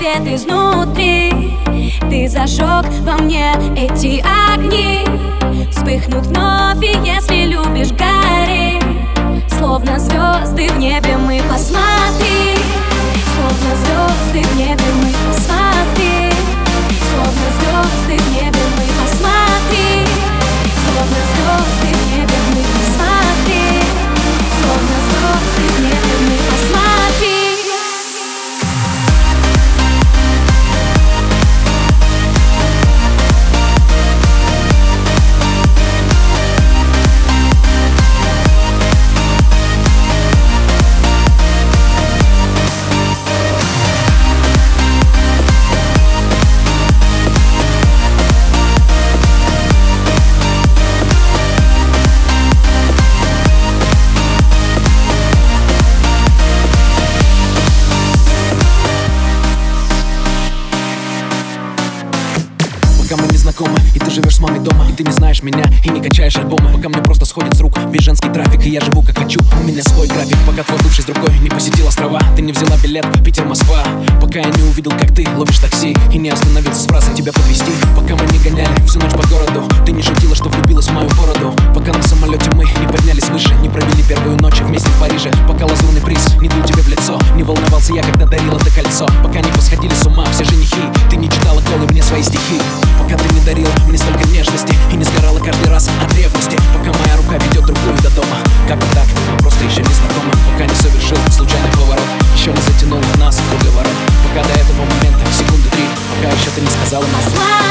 свет изнутри. Ты зажег во мне эти огни. Вспыхнут вновь, и если любишь, гори. Словно звезды в небе мы, посмотри. Словно звезды в небе мы, посмотри. Словно звезды в небе мы, посмотри. Словно звезды в небе мы, посмотри. Словно звезды в небе мы, посмотри. Пока мы не знакомы, и ты живешь с мамой дома, и ты не знаешь меня, и не качаешь альбомы. Пока мне просто сходит с рук весь женский трафик, и я живу как хочу, у меня свой график. Пока твой бывший с другой не посетил острова, ты не взяла билет Питер-Москва. Пока я не увидел, как ты ловишь такси, и не остановился с фразой тебя подвезти. Пока мы не гоняли всю ночь по городу, ты не шутила, что влюбилась в мою бороду. Пока на самолете мы не поднялись выше, не провели первую ночь вместе в Париже. Пока лазурный приз не дул тебе в лицо, не волновался я, когда дарила это кольцо. Пока не посходили с ума все женихи, ты не читала голы мне свои стихи. Пока ты не дарила мне столько нежности и не сгорала каждый раз от ревности. Пока моя рука ведет другую до дома, как бы так, мы просто еще не знакомы. Пока не совершил случайный поворот, еще не затянул нас в круговорот. Пока до этого момента секунды 3, пока еще ты не сказала мне.